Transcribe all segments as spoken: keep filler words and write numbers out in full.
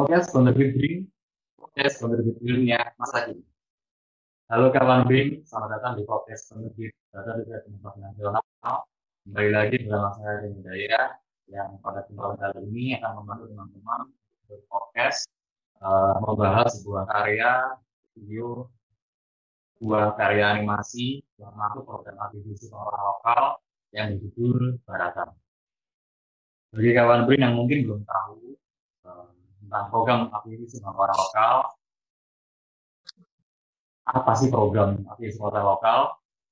podcast penerbit Bring, podcast penerbit ilmiah masa kini. Halo kawan Bring, selamat datang di podcast penerbit data riset Inovasi Nasional. Kembali lagi bersama saya Denny Daya yang pada kesempatan kali ini akan membantu teman-teman podcast uh, membahas sebuah karya video, sebuah karya animasi yang masuk program aktivisi pengelola lokal yang berjudul Baratan. Bagi kawan Bring yang mungkin belum tahu uh, tentang program aktivisi pengelola lokal, apa sih program aktivitas kota lokal?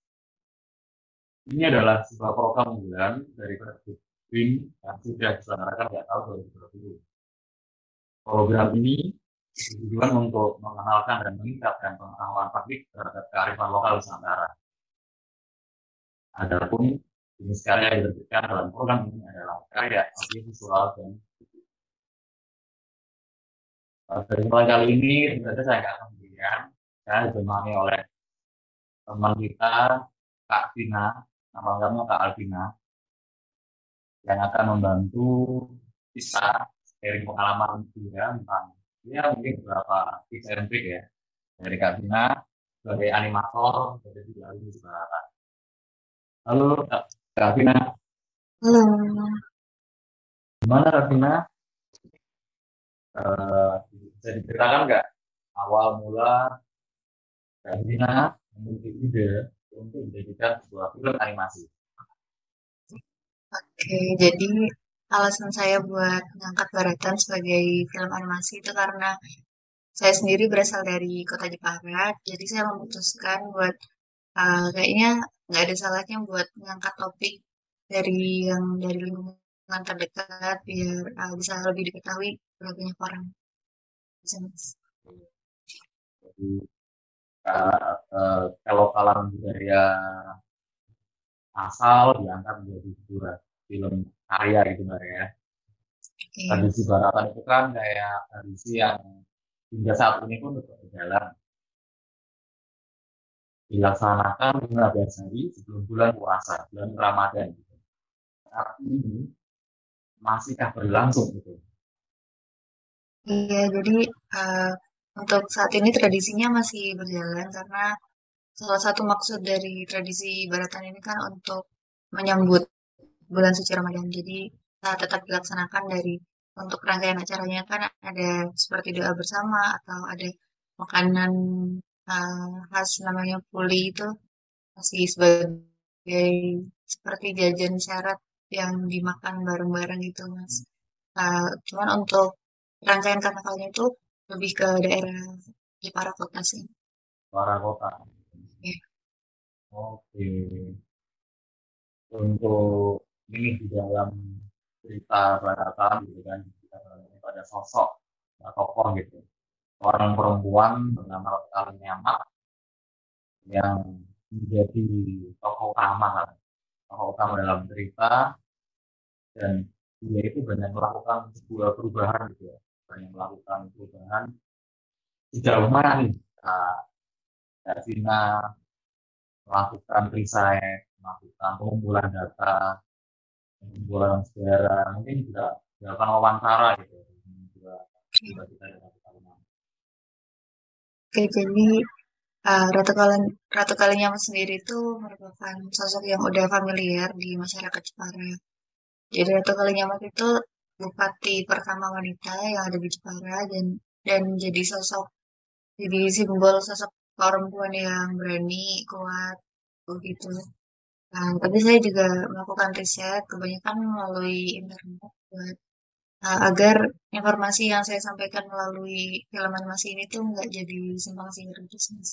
Ini adalah sebuah program unggulan dari Penerbit Brin yang sudah diselenggarakan sejak tahun dua ribu dua puluh. Program ini bertujuan untuk mengenalkan dan meningkatkan pengetahuan publik terhadap kearifan lokal Nusantara. Adapun jenis karya yang diterbitkan dalam program ini adalah karya audiovisual dan video. Pada kesempatan kali ini, tentu saja saya akan sendirian. Saya ditemani oleh teman kita, Kak Vina, nama kamu Kak Alvina, yang akan membantu kita sharing pengalaman dia tentang ya mungkin beberapa tips and trick ya dari Kak Vina sebagai animator dari juga ini sebenarnya. Halo Kak, Kak Vina, Halo, gimana Kak Vina? Eh, bisa diceritakan nggak awal mula Kak Vina memiliki ide untuk menjadikan sebuah film animasi? oke. Jadi alasan saya buat mengangkat Baratan sebagai film animasi itu karena saya sendiri berasal dari kota Jepara. Jadi saya memutuskan buat uh, kayaknya nggak ada salahnya buat mengangkat topik dari yang dari lingkungan terdekat biar uh, bisa lebih diketahui oleh banyak orang. Bisa, Mas. Jadi uh, uh, kalau kalangan budaya asal diangkat menjadi sebuah film karya gitu Mbak ya. Iya, Tradisi Baratan itu kan kayak tradisi yang hingga saat ini pun tetap berjalan, dilaksanakan lima belas hari sebelum bulan puasa, bulan Ramadan. Gitu. Saat ini masihkah berlangsung gitu. iya. Jadi uh, untuk saat ini tradisinya masih berjalan karena salah satu maksud dari tradisi Baratan ini kan untuk menyambut bulan suci Ramadan. Jadi uh, tetap dilaksanakan dari untuk rangkaian acaranya kan ada seperti doa bersama atau ada makanan uh, khas namanya puli itu masih sebagai seperti jajan syarat yang dimakan bareng-bareng gitu Mas. Uh, cuman untuk rangkaian karnavalnya itu lebih ke daerah Jepara kota sih. Suara kota. Ya. Oke. Untuk ini di dalam cerita Baratan gitu kan, kita pada sosok atau tokoh gitu. Orang perempuan bernama Nyamak yang menjadi tokoh utama kan. Tokoh utama dalam cerita dan dia itu banyak melakukan sebuah perubahan gitu ya, banyak melakukan perubahan sejauh mana nih Kak Vina melakukan riset, melakukan pengumpulan data, pengumpulan sejarah, mungkin juga dilakukan wawancara gitu, juga juga kita lakukan. Oke, jadi uh, Ratu Kalen, Ratu Kalinyamat sendiri itu merupakan sosok yang udah familiar di masyarakat Jepara. Jadi Ratu Kalinyamat itu bupati pertama wanita yang ada di Jepara dan dan jadi sosok, jadi simbol sosok perempuan yang berani, kuat, begitu. Nah, tapi saya juga melakukan riset kebanyakan melalui internet buat uh, agar informasi yang saya sampaikan melalui film animasi ini tuh nggak jadi simpang siur gitu sih, Mas.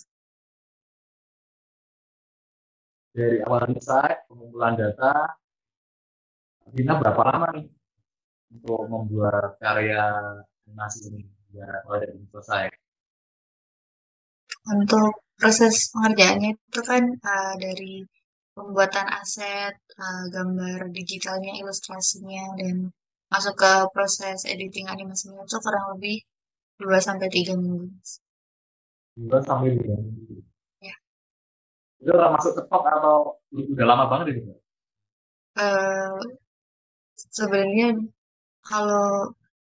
Dari awal riset, pengumpulan data, Vina berapa lama nih untuk membuat karya animasi ini biar proyek ini selesai? Untuk proses pengerjaannya itu kan uh, dari pembuatan aset, uh, gambar digitalnya, ilustrasinya, dan masuk ke proses editing animasinya itu kurang lebih dua sampai tiga minggu. Dua sampai tiga minggu. Ya. Itu udah masuk ke top atau udah lama banget itu? Eh, Sebenarnya kalau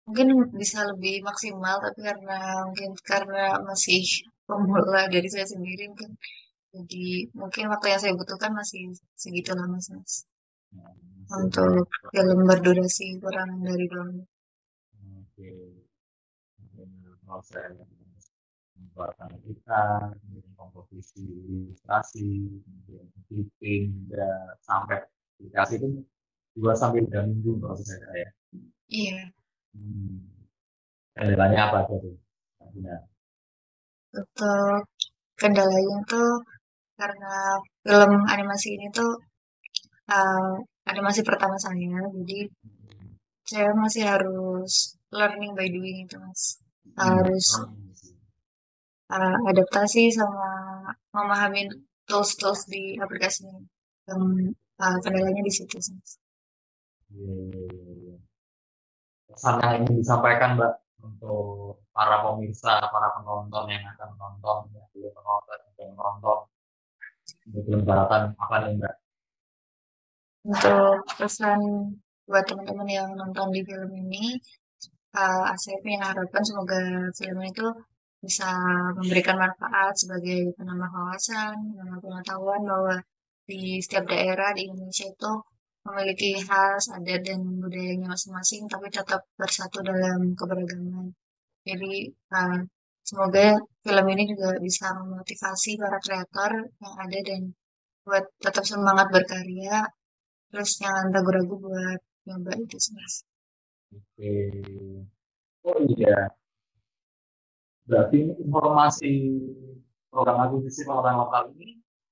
mungkin bisa lebih maksimal, tapi karena mungkin karena masih pemula dari saya sendiri mungkin jadi mungkin waktu yang saya butuhkan masih segitu lama sih, Mas. Nah, masih banyak Untuk film berdurasi kurang dari dua menit. oke, mungkin proses pembuatan kita, kemudian komposisi ilustrasi, kemudian editing, dan sampai aplikasi itu dua sampai tiga minggu proses saya ya. Iya, Hmm. Kendalanya apa aja tuh? Nah, untuk kendalanya tuh karena film animasi ini tuh uh, animasi pertama saya, jadi saya masih harus learning by doing itu, Mas. hmm. Harus Oh, uh, adaptasi sama memahami tools-tools di aplikasinya. Yang uh, kendalanya di situ sih, Mas. iya, iya, iya, iya. Pesan yang ingin disampaikan Mbak untuk para pemirsa, para penonton yang akan menonton, yang belum menonton, yang menonton di film Baratan apa nih Mbak? Untuk pesan buat teman-teman yang nonton di film ini, uh, saya punya harapan semoga film itu bisa memberikan manfaat sebagai penambah wawasan, menambah pengetahuan bahwa di setiap daerah di Indonesia itu memiliki khas, adat, dan budayanya masing-masing, tapi tetap bersatu dalam keberagaman. Jadi, uh, semoga film ini juga bisa memotivasi para kreator yang ada dan buat tetap semangat berkarya, terus jangan ragu-ragu buat nyoba itu sih, Mas. Oke. Oh iya, berarti ini informasi program akuisisi orang lokal ini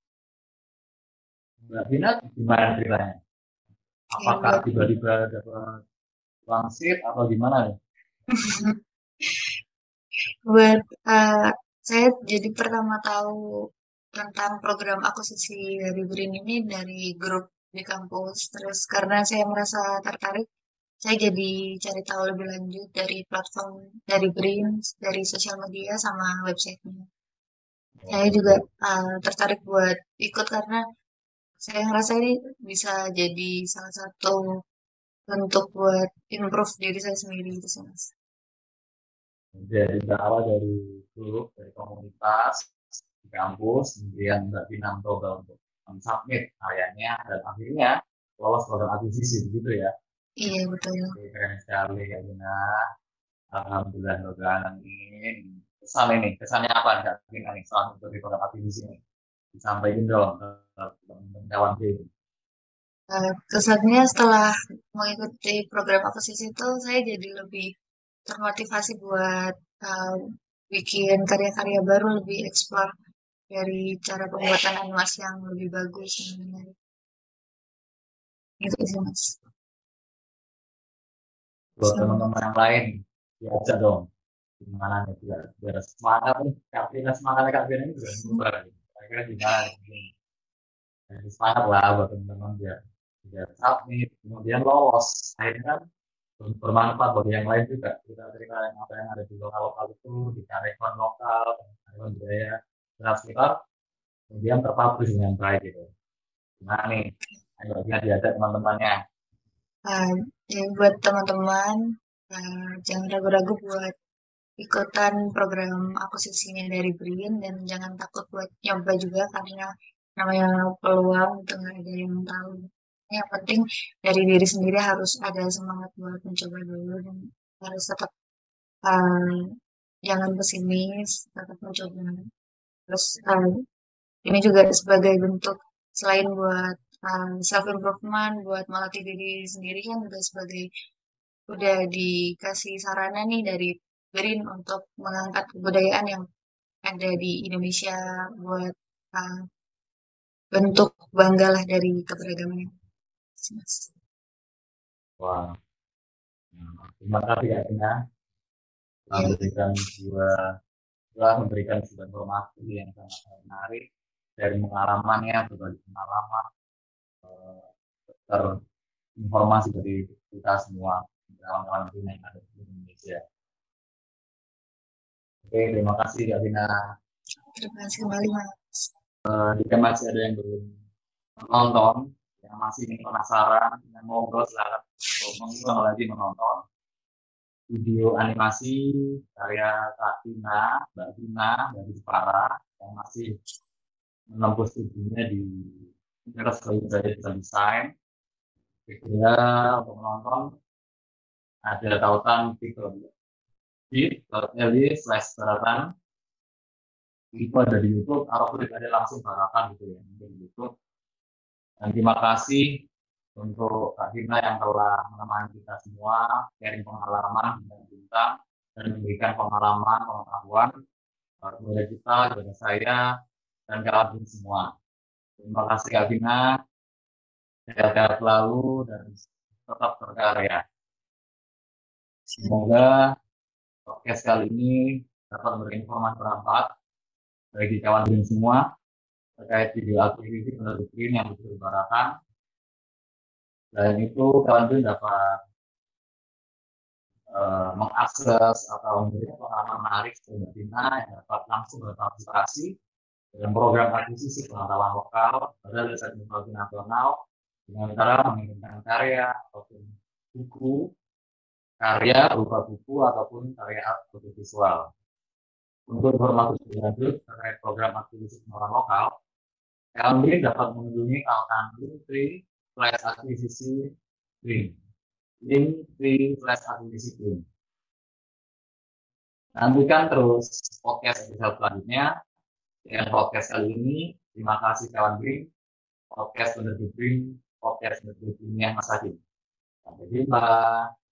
Mbak Dina gimana ceritanya? Oke, Apakah buat tiba-tiba dapat wangsit atau gimana nih? buat uh, saya jadi pertama tahu tentang program akuisisi dari BRIN ini dari grup di kampus. Terus karena saya merasa tertarik, saya jadi cari tahu lebih lanjut dari platform dari BRIN, dari sosial media sama websitenya. Saya juga Oh, uh, tertarik buat ikut karena saya ngerasa ini bisa jadi salah satu bentuk buat improve diri saya sendiri gitu sih, Mas. jadi berawal dari grup, dari komunitas di kampus, kemudian Mbak Dina mencoba untuk submit karyanya dan akhirnya lolos program akuisisi begitu ya. Iya, betul. Oke, keren sekali Kak Dina. Alhamdulillah Rabbil Alamin. Kesan ini, kesannya apa nih Kak Dina nih setelah mengikuti program akuisisi ini? Disampaikan dong ke teman-teman kawan ini. Eh, kesannya setelah mengikuti program akuisisi itu, saya jadi lebih termotivasi buat eh, bikin karya-karya baru, lebih eksplor dari cara pembuatan animasi yang lebih bagus. Gitu sih, Mas. Buat teman-teman yang lain, diajak dong. Gimana nih, biar, biar semangat nih, Kak Dina semangatnya Kak Dina ini juga nyebar. Kira-kira gimana nih? Jadi semangat lah buat teman-teman biar biar submit, kemudian lolos. Akhirnya kan bermanfaat bagi yang lain juga. Kita cerita yang apa yang ada di lokal lokal itu, di karyawan lokal, karyawan budaya, dan sekitar, kemudian terpublish dengan baik gitu. Nah nih, ayo dia diajak teman-temannya. Eh, jadi buat teman-teman, eh, jangan ragu-ragu buat ikutan program akuisisinya dari BRIN dan jangan takut buat nyoba juga karena namanya peluang itu nggak ada yang tahu. Yang penting dari diri sendiri harus ada semangat buat mencoba dulu dan harus tetap uh, jangan pesimis, tetap mencoba. Terus uh, ini juga sebagai bentuk selain buat self improvement, buat melatih diri sendiri kan juga sebagai udah dikasih sarana nih dari BRIN untuk mengangkat kebudayaan yang ada di Indonesia buat uh, bentuk banggalah dari keberagaman. Mas. Wah, nah, terima kasih Kak Tina telah Ya, memberikan sebuah telah memberikan sebuah informasi yang sangat menarik dari pengalamannya, berbagi pengalaman, terinformasi dari kita semua kawan-kawan Tina yang ada di Indonesia. Oke, terima kasih Kak Tina. terima kasih kembali Mas. Jika masih ada yang belum menonton, yang masih ingin penasaran, yang ngobrol silahkan untuk mengulang lagi menonton. video animasi karya Kak Tina, Mbak Tina dari Jepara yang masih menempuh studinya di Universitas Desain. Kira untuk menonton ada tautan bit.ly slash baratan. Itu ada di YouTube, atau klik ada langsung baratan gitu ya, mungkin di YouTube. Dan terima kasih untuk Kak Tina yang telah menemani kita semua, sharing pengalaman dan bintang, dan memberikan pengalaman, pengetahuan kepada kita, kepada saya, dan kawan semua. Terima kasih Kak Tina, sehat-sehat selalu, dan tetap berkarya. Semoga podcast kali ini dapat memberikan informasi bermanfaat bagi kawan Bin semua terkait video aktiviti penerbit Green yang diselenggarakan. Dan itu kawan Bin dapat uh, mengakses atau memberikan pengalaman menarik dari Tina yang dapat langsung berpartisipasi dalam program akuisisi pengetahuan lokal pada riset teknologi nasional dengan cara mengirimkan karya ataupun buku, karya berupa buku ataupun karya audiovisual. Untuk informasi lebih lanjut terkait program akuisisi pengetahuan lokal, kalian dapat mengunjungi kawasan Linktree slash akuisisi Green. Linktree slash akuisisi Green. Nantikan terus podcast episode selanjutnya. Dengan podcast kali ini, terima kasih kawan Green. Podcast penerbit Green, podcast penerbit Green yang Mas Adi. Sampai jumpa.